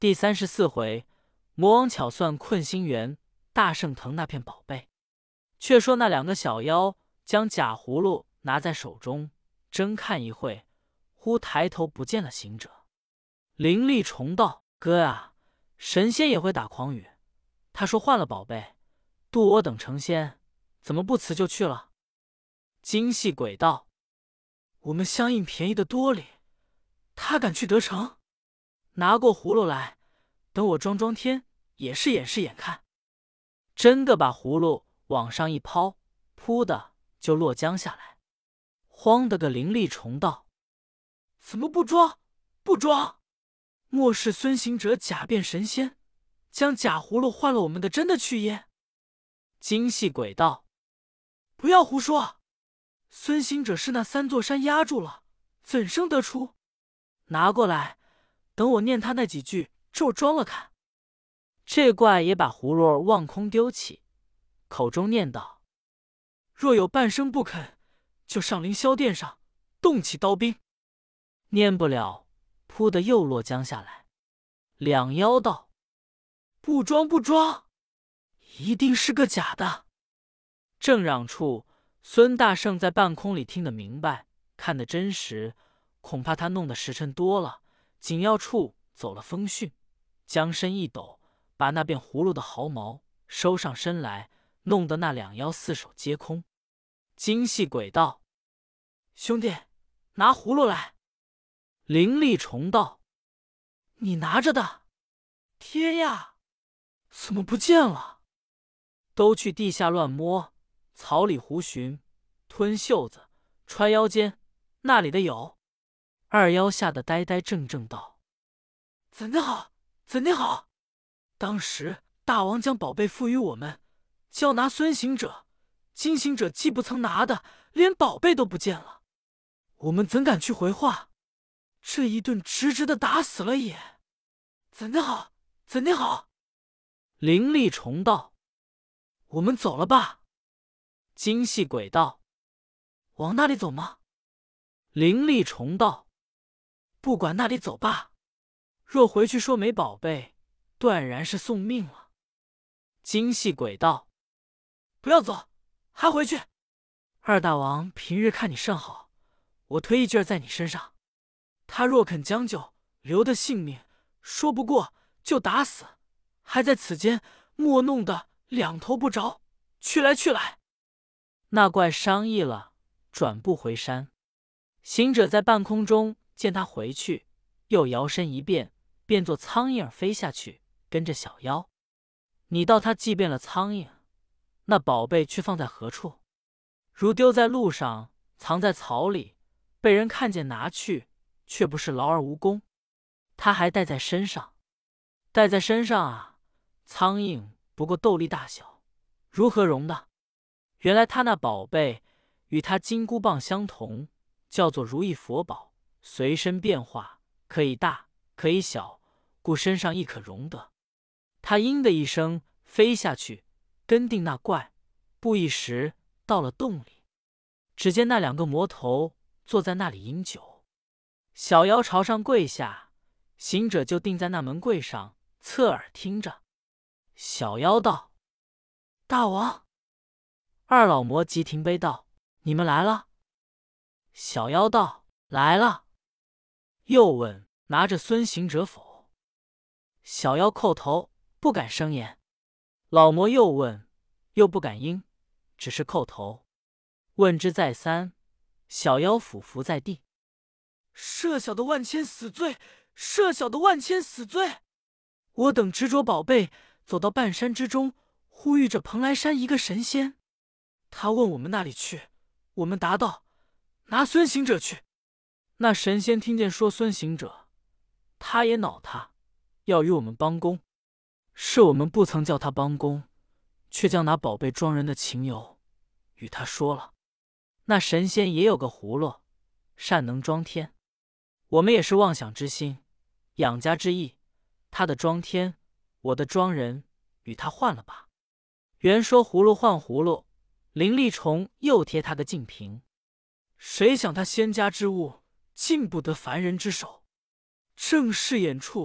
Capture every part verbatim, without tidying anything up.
第三十四回，魔王巧算困心猿，大圣腾那片宝贝。却说那两个小妖将假葫芦拿在手中，睁看一会，忽抬头不见了行者。灵力重道：“哥啊，神仙也会打诳语。他说换了宝贝，渡我等成仙，怎么不辞就去了？”精细鬼道：“我们相应便宜的多哩，他敢去得成？拿过葫芦来，等我装装天，也是演示眼看。”真的把葫芦往上一抛，噗的就落江下来。慌的个灵力虫道：“怎么不装？不装！莫是孙行者假变神仙，将假葫芦换了我们的真的去耶？”精细鬼道：“不要胡说！孙行者是那三座山压住了，怎生得出？拿过来，等我念他那几句咒装了看。”这怪也把葫芦望空丢起，口中念道：“若有半生不肯，就上凌霄殿上动起刀兵。”念不了，扑的又落江下来。两妖道：“不装不装，一定是个假的。”正嚷处，孙大圣在半空里听得明白，看得真实，恐怕他弄得时辰多了，紧要处走了风讯，将身一抖，把那变葫芦的毫毛收上身来，弄得那两妖四手皆空。精细鬼道：“兄弟，拿葫芦来。”灵力虫道：“你拿着的，天呀，怎么不见了？”都去地下乱摸，草里胡寻，吞袖子，揣腰间，那里的有。二妖吓得呆呆怔怔道：“怎的好？怎的好？当时大王将宝贝赋予我们，叫拿孙行者，金行者既不曾拿的，连宝贝都不见了，我们怎敢去回话？这一顿直直的打死了也。怎的好？怎的好？”灵力虫道：“我们走了吧。”精细鬼道：“往那里走吗？”灵力虫道：“不管那里走吧，若回去说没宝贝，断然是送命了。”精细鬼道：“不要走，还回去。二大王平日看你甚好，我推一句在你身上，他若肯将就，留得性命，说不过就打死，还在此间莫弄得两头不着。去来去来！”那怪商议了，转步回山。行者在半空中见他回去，又摇身一变，变作苍蝇儿飞下去，跟着小妖。你道他既变了苍蝇，那宝贝却放在何处？如丢在路上，藏在草里，被人看见拿去，却不是劳而无功。他还带在身上，带在身上啊，苍蝇不过豆粒大小，如何容的？原来他那宝贝与他金箍棒相同，叫做如意佛宝，随身变化，可以大可以小，故身上亦可容得。他应的一声飞下去，跟定那怪，不一时到了洞里。只见那两个魔头坐在那里饮酒，小妖朝上跪下，行者就定在那门柜上，侧耳听着。小妖道：“大王。”二老魔急停杯道：“你们来了？”小妖道：“来了。”又问：“拿着孙行者否？”小妖叩头，不敢生言。老魔又问，又不敢应，只是叩头。问之再三，小妖俯伏在地：“设小的万千死罪，设小的万千死罪！我等执着宝贝，走到半山之中，忽遇着蓬莱山一个神仙。他问我们那里去，我们答道：拿孙行者去。那神仙听见说孙行者，他也恼他，要与我们帮工。是我们不曾叫他帮工，却将拿宝贝装人的情由与他说了。那神仙也有个葫芦，善能装天。我们也是妄想之心，养家之意，他的装天，我的装人，与他换了吧。”原说葫芦换葫芦，灵力虫又贴他个净瓶。谁想他仙家之物，竟不得凡人之手。正视眼处，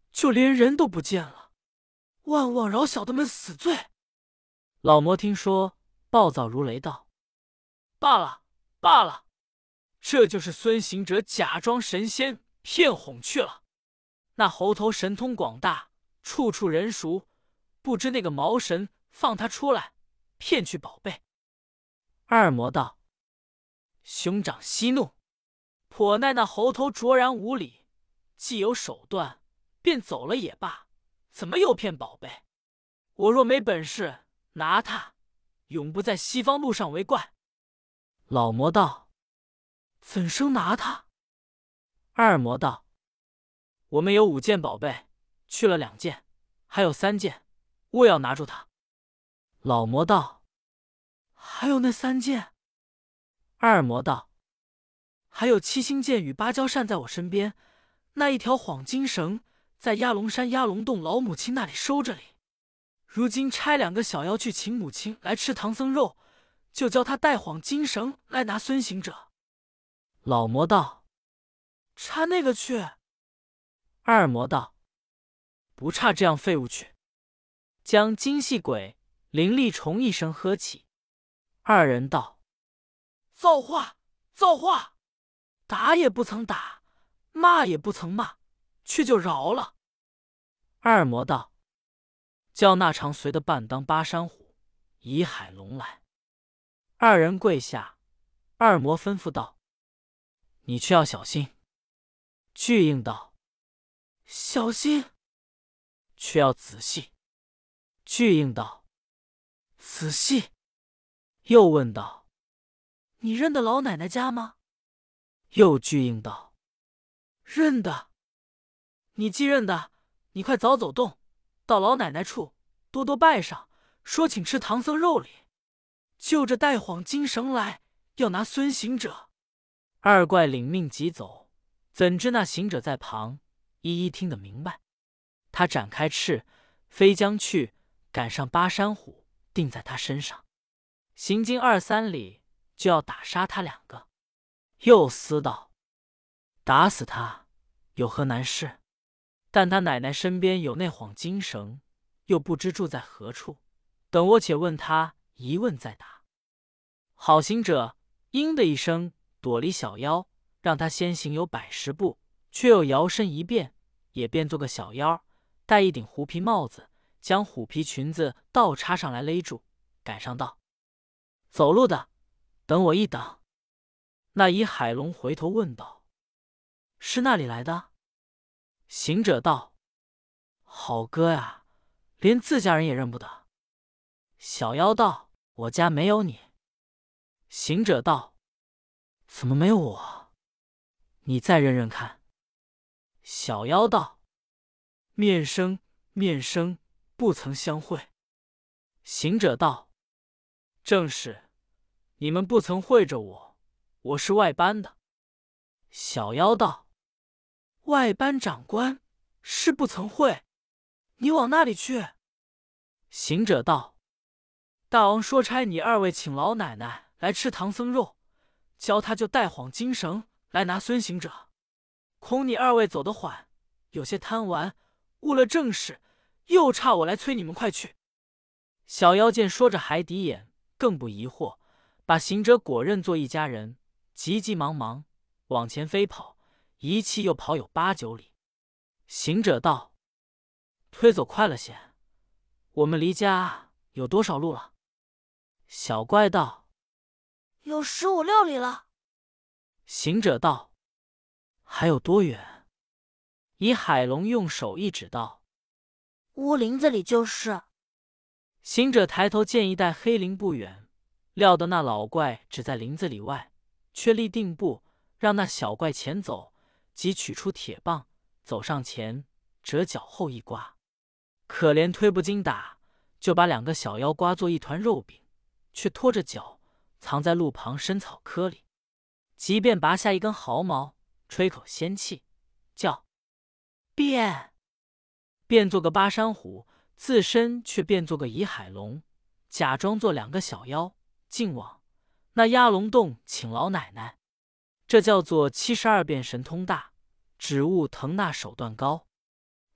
就连人都不见了，万望饶小的们死罪。老魔听说，暴躁如雷道：罢了，罢了，这就是孙行者假装神仙骗哄去了。那猴头神通广大，处处人熟，不知那个毛神放他出来，骗去宝贝。二魔道：兄长息怒，颇奈那猴头卓然无礼，既有手段，便走了也罢，怎么又骗宝贝？我若没本事拿他，永不在西方路上为怪。老魔道：怎生拿他？二魔道：我们有五件宝贝，去了两件，还有三件，我要拿住他。老魔道：还有那三件？二魔道：还有七星剑与芭蕉扇在我身边，那一条黄金绳在鸭龙山鸭龙洞老母亲那里收着里。如今差两个小妖去请母亲来吃唐僧肉，就叫他带黄金绳来拿孙行者。老魔道：差那个去。二魔道：不差这样废物去。将金细鬼、灵力虫一声喝起。二人道：造化，造化！打也不曾打，骂也不曾骂，却就饶了。二魔道：叫那常随的伴当巴山虎、倚海龙来。二人跪下，二魔吩咐道：你却要小心。巨应道：小心。却要仔细。巨应道：仔细。又问道：你认得老奶奶家吗？又巨应道：认得。你既认得，你快早走动，到老奶奶处多多拜上，说请吃唐僧肉里，就着带黄金绳来，要拿孙行者。二怪领命急走，怎知那行者在旁，一一听得明白。他展开翅，飞将去，赶上巴山虎，定在他身上。行经二三里，就要打杀他两个。又思道：打死他有何难事？但他奶奶身边有那黄金绳，又不知住在何处，等我且问他一问再答。好行者应的一声躲离小妖，让他先行有百十步，却又摇身一变，也变做个小妖，戴一顶狐皮帽子，将虎皮裙子倒插上来勒住，赶上道：走路的，等我一等。那倚海龙回头问道：是那里来的？行者道：好哥呀，连自家人也认不得。小妖道：我家没有你。行者道：怎么没有我？你再认认看。小妖道：面生面生，不曾相会。行者道：正是，你们不曾会着我，我是外班的。小妖道：外班长官是不曾会，你往那里去？行者道：大王说差你二位请老奶奶来吃唐僧肉，教他就带黄金绳来拿孙行者。恐你二位走得缓，有些贪玩，误了正事，又差我来催你们快去。小妖见说着还抵眼，更不疑惑，把行者果认作一家人，急急忙忙往前飞跑，一气又跑有八九里。行者道：推走快了些，我们离家有多少路了？小怪道：有十五六里了。行者道：还有多远？以海龙用手一指道：屋林子里就是。行者抬头见一带黑林不远，料得那老怪只在林子里外，却立定步，让那小怪前走，即取出铁棒，走上前，折脚后一刮，可怜推不经打，就把两个小妖刮作一团肉饼，却拖着脚藏在路旁深草窠里。即便拔下一根毫毛，吹口仙气，叫变，变做个巴山虎，自身却变做个倚海龙，假装做两个小妖，竟往那鸭龙洞请老奶奶。这叫做七十二变神通大，只悟腾那手段高。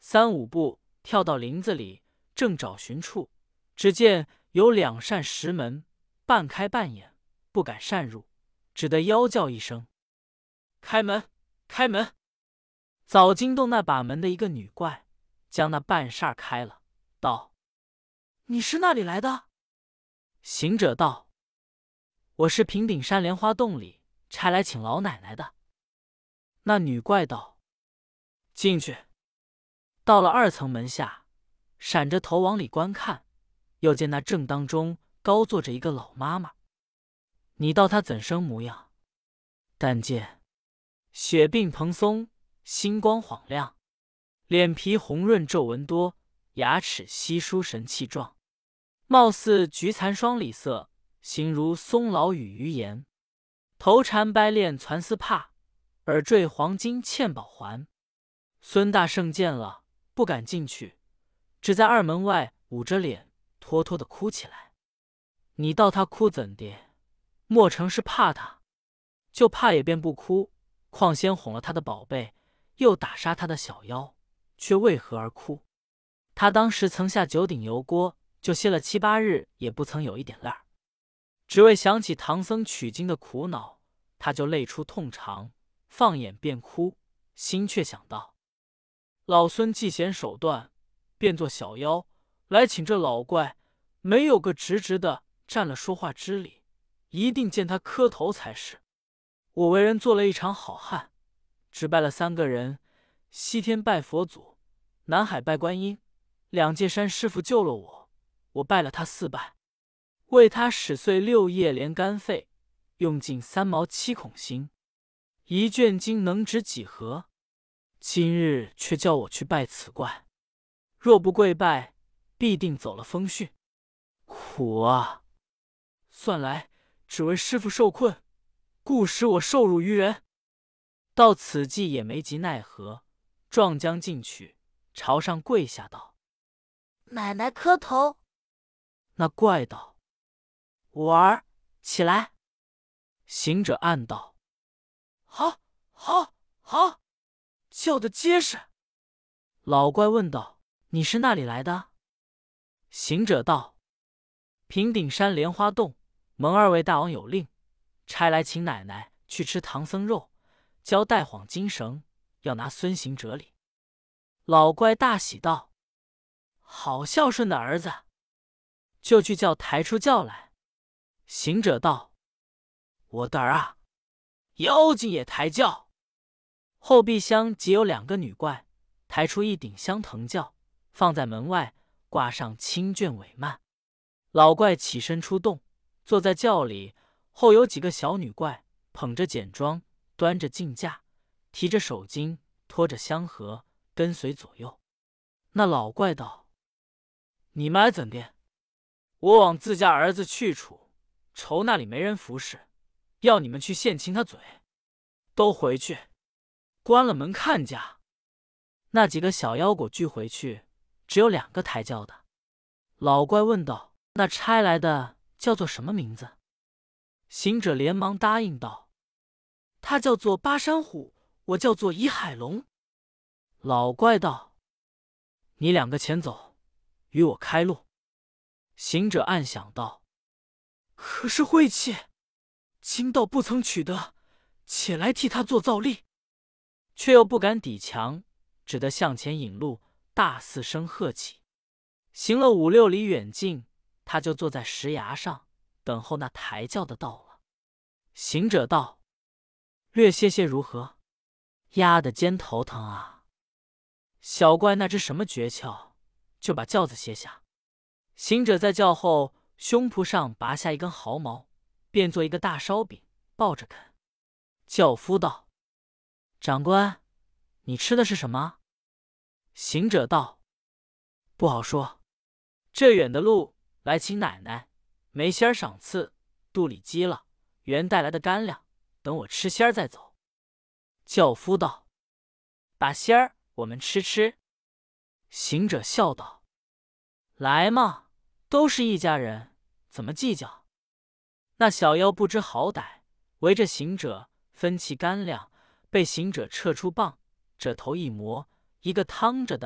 三五步跳到林子里，正找寻处，只见有两扇石门，半开半掩，不敢擅入，只得吆叫一声：“开门！开门！”早惊动那把门的一个女怪，将那半扇开了，道：“你是那里来的？”行者道：“我是平顶山莲花洞里差来请老奶奶的。”那女怪道：“进去。”到了二层门下，闪着头往里观看，又见那正当中高坐着一个老妈妈。你道她怎生模样？但见雪鬓蓬松，星光晃亮，脸皮红润，皱纹多，牙齿稀疏，神气壮，貌似菊残霜里色，形如松老羽鱼颜。头缠白链攒丝帕，耳坠黄金嵌宝环。孙大圣见了，不敢进去，只在二门外捂着脸，拖拖的哭起来。你道他哭怎的？莫成是怕他？就怕也便不哭，况先哄了他的宝贝，又打杀他的小妖，却为何而哭？他当时曾下九鼎油锅，就歇了七八日，也不曾有一点烂儿。只为想起唐僧取经的苦恼，他就泪出痛肠，放眼便哭，心却想到：老孙既显手段，变作小妖来请这老怪，没有个直直的占了说话之理，一定见他磕头才是。我为人做了一场好汉，只拜了三个人：西天拜佛祖，南海拜观音，两界山师傅救了我，我拜了他四拜，为他使碎六叶连肝肺，用尽三毛七孔心，一卷经能值几何？今日却叫我去拜此怪，若不跪拜，必定走了风讯。苦啊！算来只为师傅受困，故使我受辱于人。到此际也没及奈何，撞将进去，朝上跪下道：“ 奶奶磕头。” 那怪道：“我儿起来。”行者暗道：“好，好，好，叫得结实。”老怪问道：“你是那里来的？”行者道：“平顶山莲花洞，蒙二位大王有令，差来请奶奶去吃唐僧肉，交带晃金绳，要拿孙行者礼。”老怪大喜道：“好孝顺的儿子！”就去叫抬出轿来。行者道：“我的儿啊，妖精也抬轿。”后壁厢即有两个女怪，抬出一顶香藤轿，放在门外，挂上青绢帷幔。老怪起身出洞，坐在轿里，后有几个小女怪捧着简装，端着镜架，提着手巾，拖着香盒，跟随左右。那老怪道：“你们怎的？我往自家儿子去处，愁那里没人服侍，要你们去献亲他嘴，都回去，关了门看家。”那几个小妖果聚回去，只有两个抬轿的。老怪问道：“那差来的叫做什么名字？”行者连忙答应道：“他叫做巴山虎，我叫做倚海龙。”老怪道：“你两个前走，与我开路。”行者暗想道：“可是晦气，今道不曾取得，且来替他做造例。”却又不敢抵强，只得向前引路，大四声喝起。行了五六里远近，他就坐在石崖上，等候那抬轿的到了。行者道：“略歇歇如何？”压得肩头疼啊！小怪那知什么诀窍，就把轿子歇下。行者在轿后胸脯上拔下一根毫毛，变做一个大烧饼，抱着啃。轿夫道：“长官，你吃的是什么？”行者道：“不好说，这远的路来请奶奶，没仙儿赏赐，肚里饥了，原带来的干粮，等我吃仙儿再走。”轿夫道：“把仙儿我们吃吃。”行者笑道：“来嘛，都是一家人，怎么计较？”那小妖不知好歹，围着行者分弃干粮，被行者撤出棒，这头一磨，一个趟着的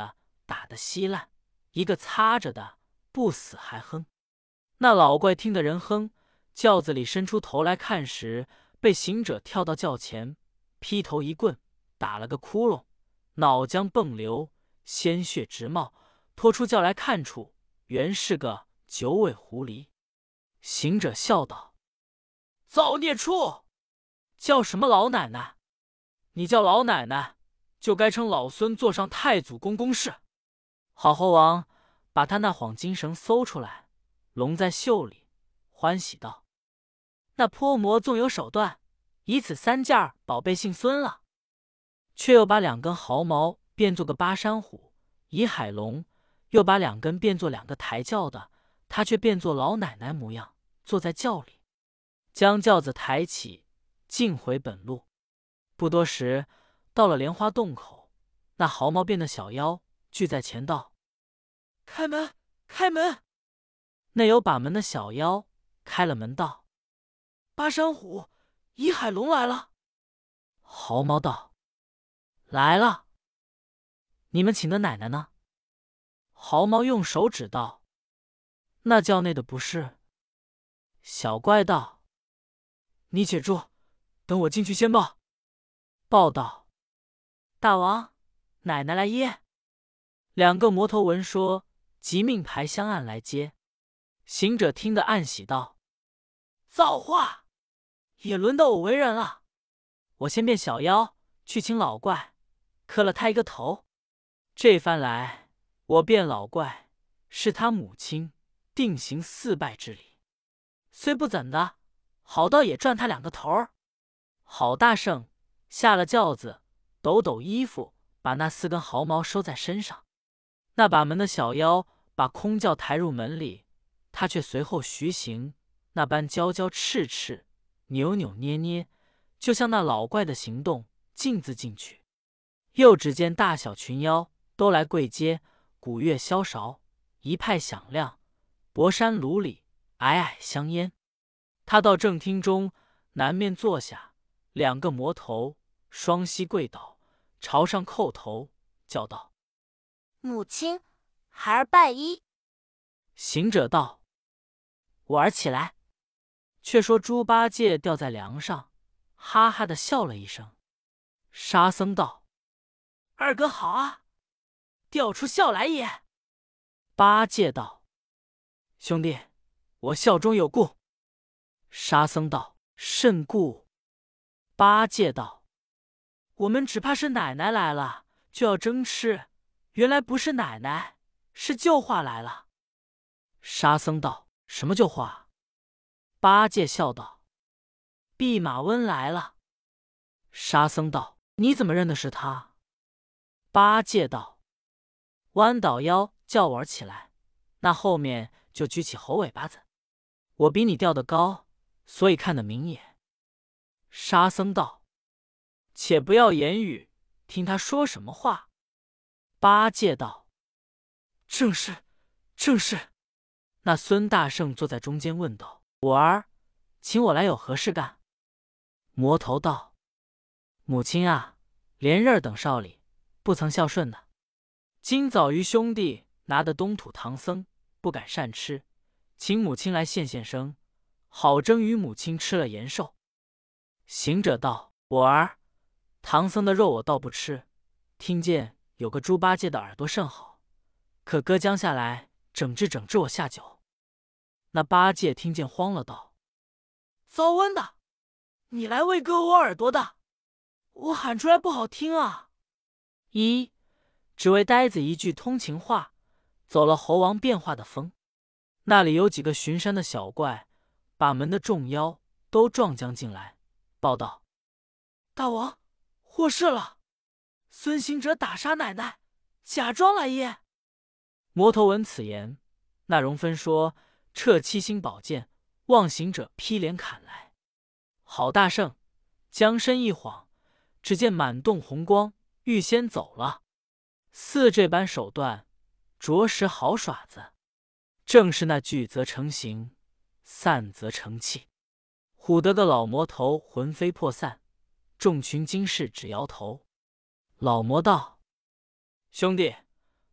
打得稀烂，一个擦着的不死还哼。那老怪听得人哼，轿子里伸出头来看时，被行者跳到轿前，劈头一棍，打了个窟窿，脑浆迸流，鲜血直冒，拖出轿来看处，原是个九尾狐狸。行者笑道：“造孽畜，叫什么老奶奶？你叫老奶奶，就该称老孙坐上太祖公公事。”好猴王把他那晃金绳搜出来，拢在袖里，欢喜道：“那泼魔纵有手段，以此三件宝贝姓孙了。”却又把两根毫毛变作个巴山虎、倚海龙，又把两根变作两个抬轿的，他却变作老奶奶模样，坐在轿里，将轿子抬起，径回本路。不多时，到了莲花洞口，那毫毛变的小妖聚在前道：“开门，开门！”内有把门的小妖开了门道：“巴山虎、倚海龙来了。”毫毛道：“来了。你们请的奶奶呢？”毫毛用手指道：“那轿内的不是。”小怪道：“你且住，等我进去先报。”报道：“大王，奶奶来耶。”两个魔头闻说，即命牌香案来接。行者听得暗喜道：“造化，也轮到我为人了。我先变小妖去请老怪，磕了他一个头。这番来，我变老怪是他母亲定行四拜之礼，虽不怎的，好到也赚他两个头儿。”郝大圣下了轿子，抖抖衣服，把那四根毫毛收在身上。那把门的小妖把空轿抬入门里，他却随后徐行，那般娇娇赤赤，扭扭捏捏，就像那老怪的行动，径自进去。又只见大小群妖都来跪接，鼓乐箫韶，一派响亮，博山炉里，霭霭香烟。他到正厅中，南面坐下，两个魔头双膝跪倒，朝上叩头，叫道：“ 母亲，孩儿拜衣。” 行者道：“我儿起来。”却说猪八戒吊在梁上，哈哈的笑了一声。沙僧道：“二哥好啊，吊出笑来也。”八戒道：“兄弟，我笑中有故。”沙僧道：“甚故？”八戒道：“我们只怕是奶奶来了，就要争吃，原来不是奶奶，是旧话来了。”沙僧道：“什么旧话？”八戒笑道：“弼马温来了。”沙僧道：“你怎么认的是他？”八戒道：“弯倒腰叫我儿起来，那后面就举起猴尾巴子。我比你吊得高，所以看得明也。”沙僧道：“且不要言语，听他说什么话。”八戒道：“正是，正是。”那孙大圣坐在中间问道：“我儿，请我来有何事干？”魔头道：“母亲啊，连日儿等少礼，不曾孝顺的。今早于兄弟拿的东土唐僧，不敢擅吃，请母亲来现现声，好蒸与母亲吃了延寿。”行者道：“我儿，唐僧的肉我倒不吃，听见有个猪八戒的耳朵甚好，可割将下来整治整治我下酒。”那八戒听见慌了，道：“糟瘟的，你来为割我耳朵的，我喊出来不好听啊！”一只为呆子一句通情话，走了猴王变化的风。那里有几个巡山的小怪，把门的众妖都撞将进来，报道：“大王，祸事了！孙行者打杀奶奶，假装来耶！”魔头闻此言，那容分说，撤七星宝剑，望行者劈脸砍来。郝大圣将身一晃，只见满洞红光，预先走了。似这般手段，着实好耍子。正是那聚则成形，散则成器。唬得个老魔头魂飞魄散，众群精士只摇头。老魔道：“兄弟，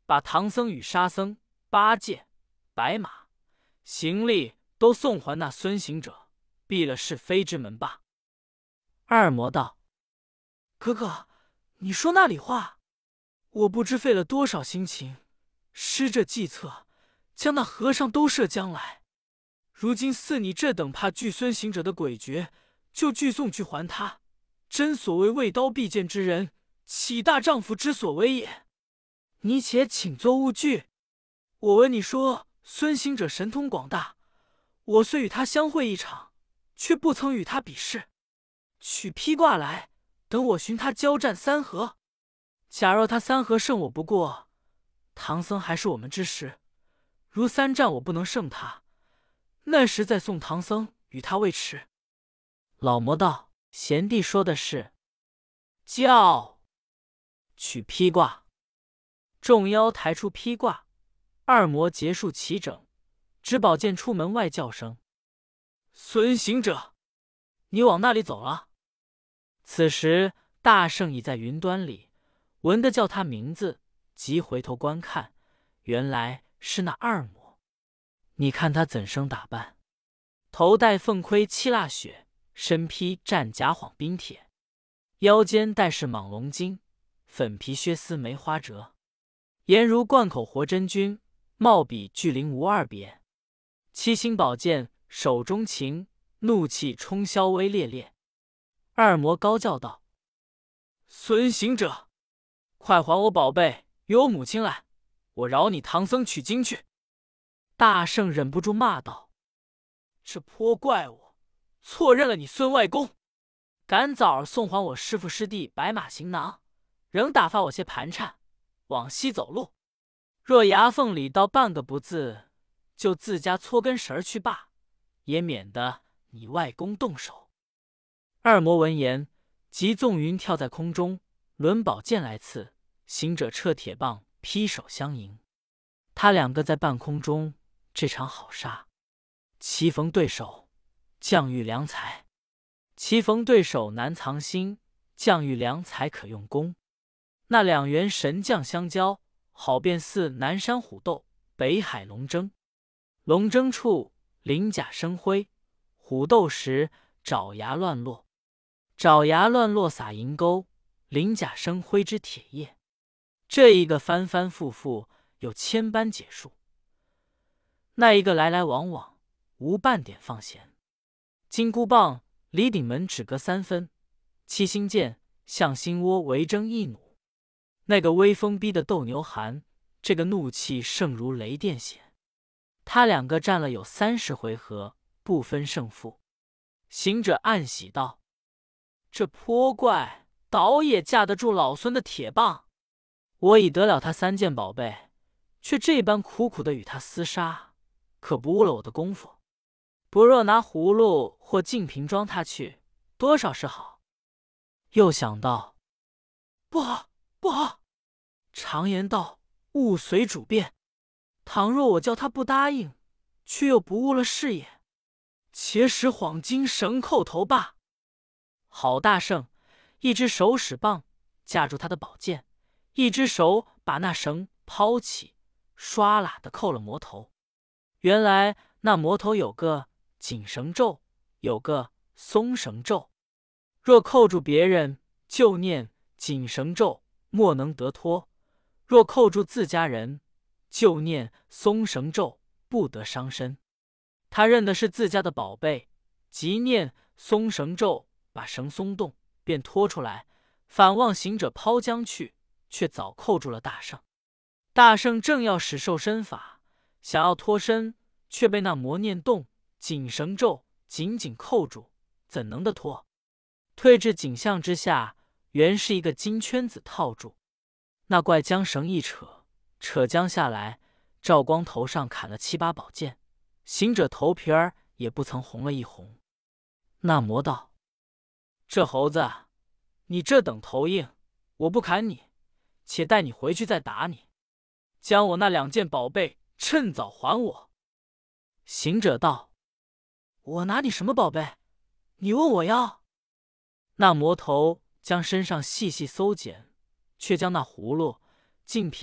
把唐僧与沙僧、八戒、白马行李都送还那孙行者，避了是非之门吧。二魔道：哥哥，你说那里话？我不知费了多少心情，施这计策，将那和尚都摄将来。如今似你这等怕拒孙行者的诡谲，就拒送去还他，真所谓为刀必剑之人，岂大丈夫之所为也？你且请坐勿惧。我闻你说孙行者神通广大，我虽与他相会一场，却不曾与他比试。取披挂来，等我寻他交战三合。假若他三合胜我不过，唐僧还是我们之师；如三战我不能胜他，那时再送唐僧与他未迟。老魔道：贤弟说的是。叫取披挂。众妖抬出披挂，二魔结束齐整，执宝剑出门外叫声：孙行者，你往那里走了？此时大圣已在云端里，闻得叫他名字，即回头观看，原来是那二魔。你看他怎生打扮？头戴凤盔七蜡雪，身披战甲晃冰铁，腰间带是蟒龙筋，粉皮靴丝梅花折，颜如贯口活真君，貌比巨灵无二别。七星宝剑手中擎，怒气冲霄威烈烈。二魔高叫道：孙行者，快还我宝贝与我母亲来，我饶你唐僧取经去。大圣忍不住骂道：这泼怪物，错认了你孙外公，赶早儿送还我师父师弟白马行囊，仍打发我些盘缠，往西走路。若牙缝里到半个不字，就自家搓根绳儿去罢，也免得你外公动手。二魔闻言，即纵云跳在空中，抡宝剑来刺。行者掣铁棒劈手相迎，他两个在半空中，这场好杀。棋逢对手，将遇良才；棋逢对手难藏心，将遇良才可用功。那两员神将相交，好便似南山虎斗，北海龙争。龙争处，鳞甲生辉；虎斗时，爪牙乱落。爪牙乱落撒银钩，鳞甲生辉之铁叶。这一个翻翻复复，有千般解数；那一个来来往往，无半点放闲。金箍棒离顶门只隔三分，七星剑向心窝围争一弩。那个威风逼得斗牛寒，这个怒气胜如雷电显。他两个战了有三十回合，不分胜负。行者暗喜道：这泼怪倒也架得住老孙的铁棒，我已得了他三件宝贝，却这般苦苦的与他厮杀，可不误了我的功夫。不若拿葫芦或净瓶装他去，多少是好。又想到，不好不好，常言道，物随主变，倘若我叫他不答应，却又不误了事也。且使晃金绳扣头罢。好大圣，一只手使棒架住他的宝剑，一只手把那绳抛起，唰啦的扣了魔头。原来那魔头有个紧绳咒，有个松绳咒。若扣住别人，就念紧绳咒，莫能得脱；若扣住自家人，就念松绳咒，不得伤身。他认的是自家的宝贝，即念松绳咒，把绳松动，便拖出来，反望行者抛将去，却早扣住了大圣。大圣正要使瘦身法，想要脱身，却被那魔念动紧绳咒紧紧扣住，怎能得脱？退至景象之下，原是一个金圈子套住。那怪将绳一扯，扯将下来，赵光头上砍了七八宝剑，行者头皮儿也不曾红了一红。那魔道：这猴子，你这等头硬，我不砍你，且带你回去再打你。将我那两件宝贝趁早还我。行者道：我拿你什么宝贝？你问我要？那魔头将身上细细搜检，却将那葫芦、净瓶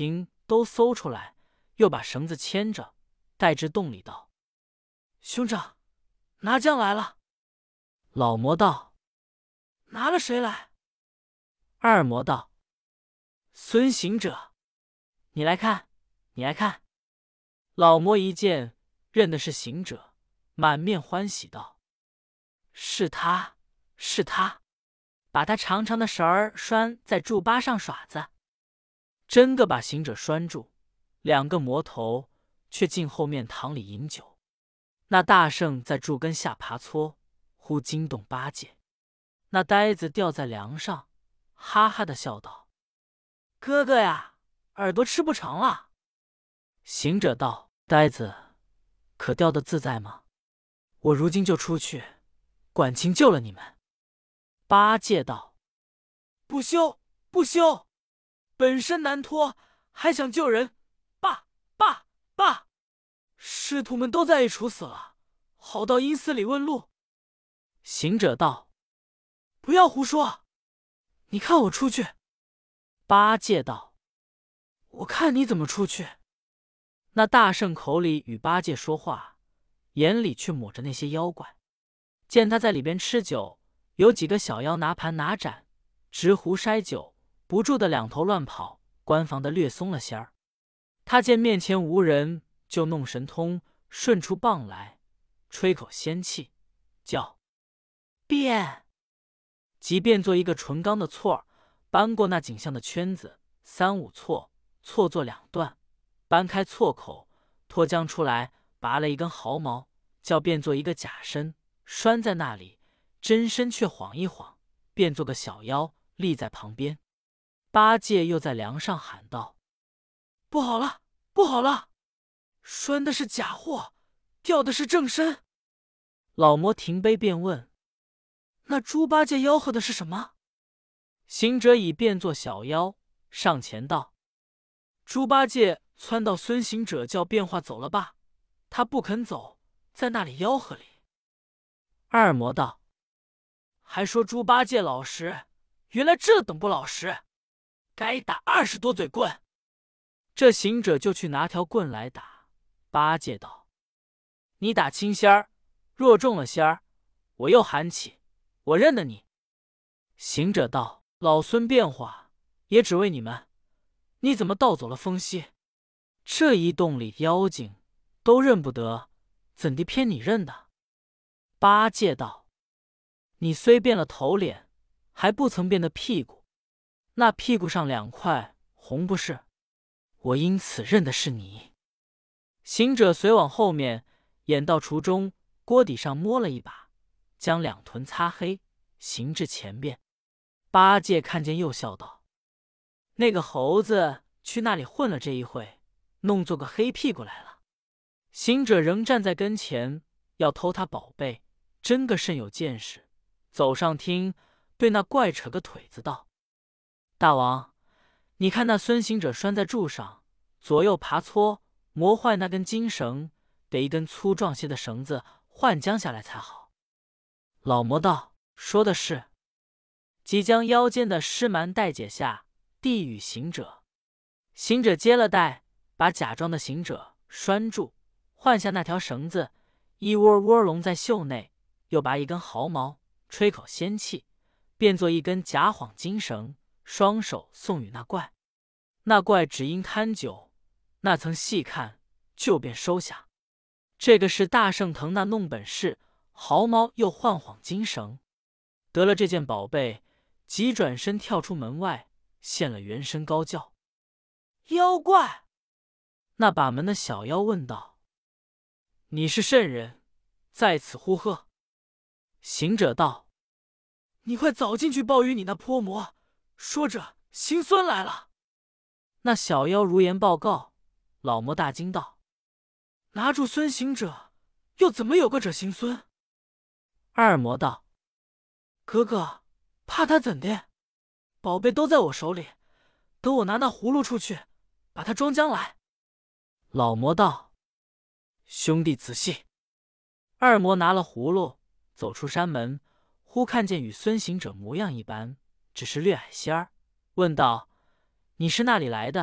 都搜出来，又把绳子牵着，带至洞里道：“兄长，拿将来了。”老魔道：“拿了谁来？”二魔道：“孙行者，你来看，你来看。”老魔一见，认的是行者，满面欢喜道：“是他，是他！把他长长的绳儿拴在柱疤上耍子。”真个把行者拴住，两个魔头却进后面堂里饮酒。那大圣在柱根下爬搓，忽惊动八戒。那呆子吊在梁上，哈哈的笑道：“哥哥呀，耳朵吃不成了。”行者道：“呆子，可吊得自在吗？我如今就出去，管情救了你们。”八戒道：“不休，不休！本身难脱，还想救人，罢罢罢！师徒们都在一处死了，好到阴司里问路。”行者道：“不要胡说，你看我出去。”八戒道：“我看你怎么出去。”那大圣口里与八戒说话，眼里却抹着那些妖怪。见他在里边吃酒，有几个小妖拿盘拿盏，执壶筛酒，不住的两头乱跑，关防的略松了些儿。他见面前无人，就弄神通，顺出棒来，吹口仙气，叫变，即变做一个纯钢的错儿，搬过那景象的圈子，三五错，错作两段，搬开错口，脱将出来，拔了一根毫毛，叫变做一个假身，拴在那里，真身却晃一晃，变做个小妖，立在旁边。八戒又在梁上喊道：“不好了，不好了！拴的是假货，吊的是正身。”老魔停杯便问：“那猪八戒吆喝的是什么？”行者已变作小妖，上前道：“猪八戒窜到孙行者叫变化走了吧，他不肯走，在那里吆喝里。”二魔道：“还说猪八戒老实，原来这等不老实，该打二十多嘴棍。”这行者就去拿条棍来打。八戒道：“你打轻仙儿，若中了仙儿，我又喊起，我认得你。”行者道：“老孙变化也只为你们，你怎么盗走了风息？这一洞里妖精都认不得，怎地偏你认的？”八戒道：“你虽变了头脸，还不曾变得屁股，那屁股上两块红不是？我因此认的是你。”行者随往后面，演到厨中，锅底上摸了一把，将两臀擦黑，行至前边。八戒看见，又笑道：“那个猴子去那里混了这一会，弄做个黑屁股来了。”行者仍站在跟前，要偷他宝贝，真个甚有见识。走上厅，对那怪扯个腿子道：“大王，你看那孙行者拴在柱上，左右爬搓，磨坏那根金绳，得一根粗壮些的绳子换将下来才好。”老魔道：“说的是。”即将腰间的湿蛮带解下，递与行者。行者接了带，把假装的行者拴住，换下那条绳子，一窝窝笼在袖内，又拔一根毫毛，吹口仙气，变作一根假晃金绳，双手送与那怪。那怪只因贪酒，那曾细看，就便收下。这个是大圣藤那弄本事，毫毛又换晃金绳。得了这件宝贝，急转身跳出门外，现了原身，高叫：“妖怪！”那把门的小妖问道：“你是甚人，在此呼喝？”行者道：“你快早进去报与你那泼魔，说着行孙来了。”那小妖如言报告。老魔大惊道：“拿住孙行者，又怎么有个者行孙？”二魔道：“哥哥，怕他怎的？宝贝都在我手里，等我拿那葫芦出去，把他装将来。”老魔道：“兄弟仔细。”二魔拿了葫芦，走出山门，忽看见与孙行者模样一般，只是略矮些儿，问道：“你是那里来的？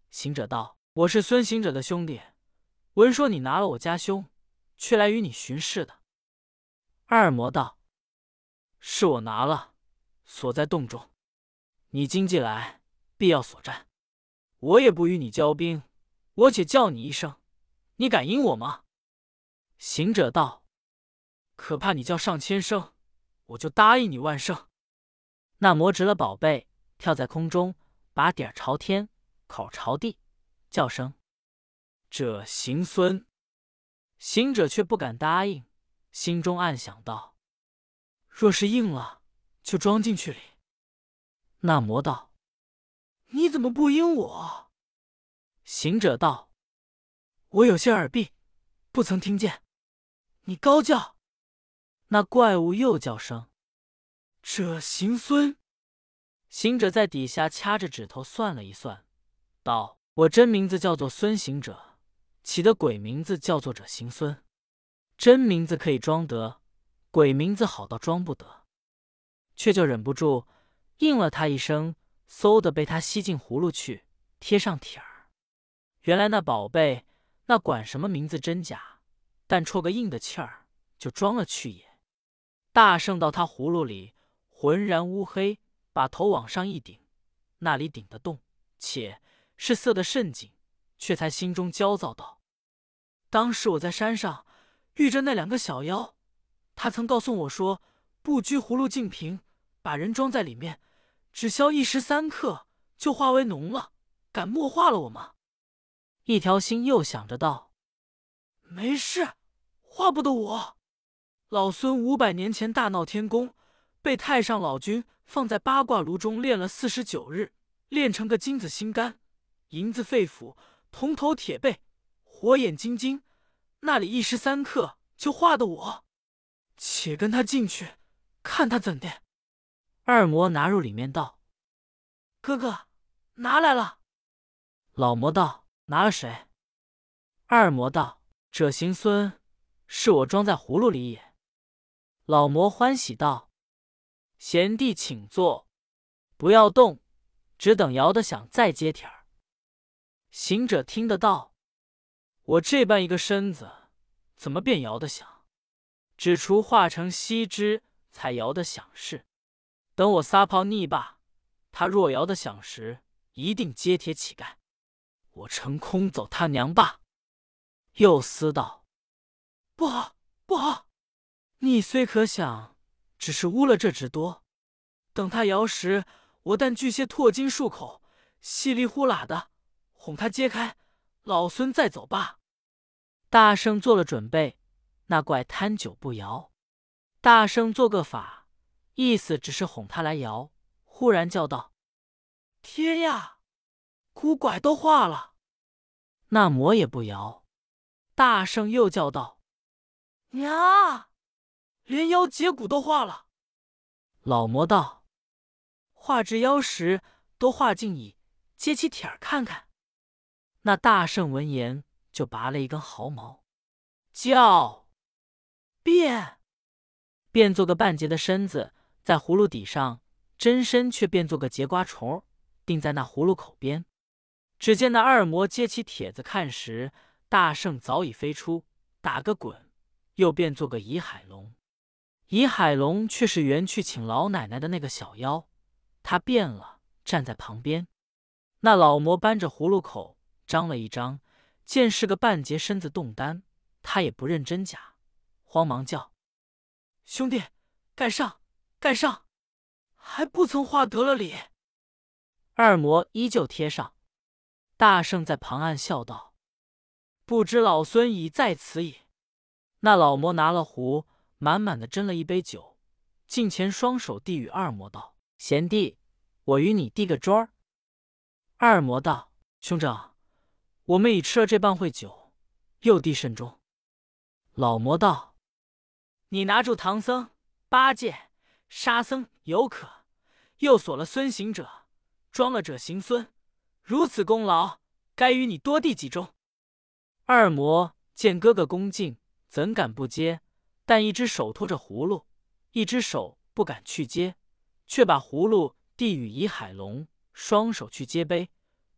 行者道：“我是孙行者的兄弟，闻说你拿了我家兄，却来与你寻事的。”二魔道：“是我拿了，锁在洞中。你今既来，必要所战。我也不与你交兵，我且叫你一声，你敢应我吗？”行者道：“可怕你叫上千声，我就答应你万声。”那魔执了宝贝，跳在空中，把点朝天，口朝地，叫声：“这行孙！”行者却不敢答应，心中暗想道：“若是应了，就装进去里。”那魔道：“你怎么不应我？”行者道：“我有些耳病，不曾听见。你高叫。”那怪物又叫声：“这行孙！”行者在底下掐着指头算了一算，道：“我真名字叫做孙行者，起的鬼名字叫做者行孙。真名字可以装得，鬼名字好到装不得。”却就忍不住应了他一声，嗖的被他吸进葫芦去，贴上帖儿。原来那宝贝，那管什么名字真假，但戳个硬的气儿，就装了去也。大圣到他葫芦里，浑然乌黑，把头往上一顶，那里顶得动，且是色得甚紧，却才心中焦躁道：“当时我在山上遇着那两个小妖，他曾告诉我说，不拘葫芦净瓶，把人装在里面，只消一时三刻，就化为脓了，敢墨化了我吗？”一条心又想着道：“没事，化不得我。老孙五百年前大闹天宫，被太上老君放在八卦炉中炼了四十九日，炼成个金子心肝、银子肺腑、铜头铁背、火眼金睛，那里一时三刻就化得我。且跟他进去，看他怎的。”二魔拿入里面道：“哥哥，拿来了。”老魔道：“拿了谁？”二魔道：“这行孙是我装在葫芦里也。”老魔欢喜道：“贤弟请坐，不要动，只等摇得响再接帖儿。”行者听得道：“我这般一个身子，怎么便摇得响？只除化成锡枝，才摇得响是。等我撒泡泥罢，他若摇得响时，一定接帖乞丐。我成空走他娘罢。”又思道：“不好，不好！你虽可想，只是污了这只多。等他摇时，我但锯些唾金漱口，稀里呼啦的哄他揭开，老孙再走罢。”大圣做了准备，那怪贪酒不摇。大圣做个法，意思只是哄他来摇。忽然叫道：“天呀，骨拐都化了！”那魔也不摇。大圣又叫道：“娘！连腰截骨都化了。”老魔道：“化至腰时，都化尽矣，揭起帖儿看看。”那大圣闻言，就拔了一根毫毛，叫变，变做个半截的身子，在葫芦底上，真身却变做个节瓜虫，定在那葫芦口边。只见那二魔揭起帖子看时，大圣早已飞出，打个滚，又变做个倚海龙。倚海龙却是原去请老奶奶的那个小妖，他变了，站在旁边。那老魔扳着葫芦口，张了一张，见是个半截身子动单，他也不认真假，慌忙叫：“兄弟，盖上，盖上！还不曾化得了礼。”二魔依旧贴上。大圣在旁暗笑道：“不知老孙已在此矣。”那老魔拿了壶，满满的斟了一杯酒，近前双手递与二魔道：“贤弟，我与你递个桌儿。”二魔道：“兄长，我们已吃了这半会酒，又递甚重？”老魔道：“你拿住唐僧、八戒、沙僧有可，又锁了孙行者，装了者行孙，如此功劳，该与你多递几盅。”二魔见哥哥恭敬，怎敢不接？但一只手托着葫芦，一只手不敢去接，却把葫芦递与倚海龙，双手去接杯，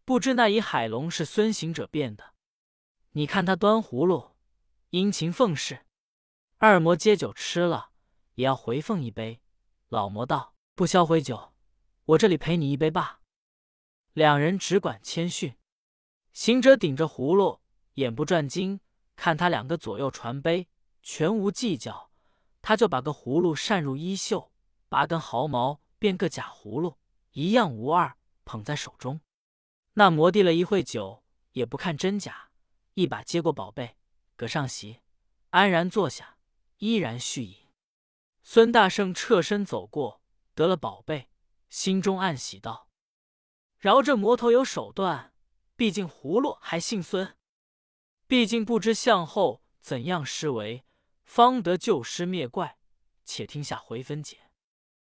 不知那倚海龙是孙行者变的。你看他端葫芦，殷勤奉侍。二魔接酒吃了，也要回奉一杯。老魔道：不消回酒，我这里陪你一杯罢。两人只管谦逊。行者顶着葫芦，眼不转睛，看他两个左右传杯，全无计较。他就把个葫芦扇入衣袖，拔根毫毛，变个假葫芦，一样无二，捧在手中。那魔递了一会酒，也不看真假，一把接过宝贝，搁上席，安然坐下，依然续饮。孙大圣侧身走过，得了宝贝，心中暗喜道：饶这魔头有手段，毕竟葫芦还姓孙。毕竟不知向后怎样施为，方得救尸灭怪。且听下回分解。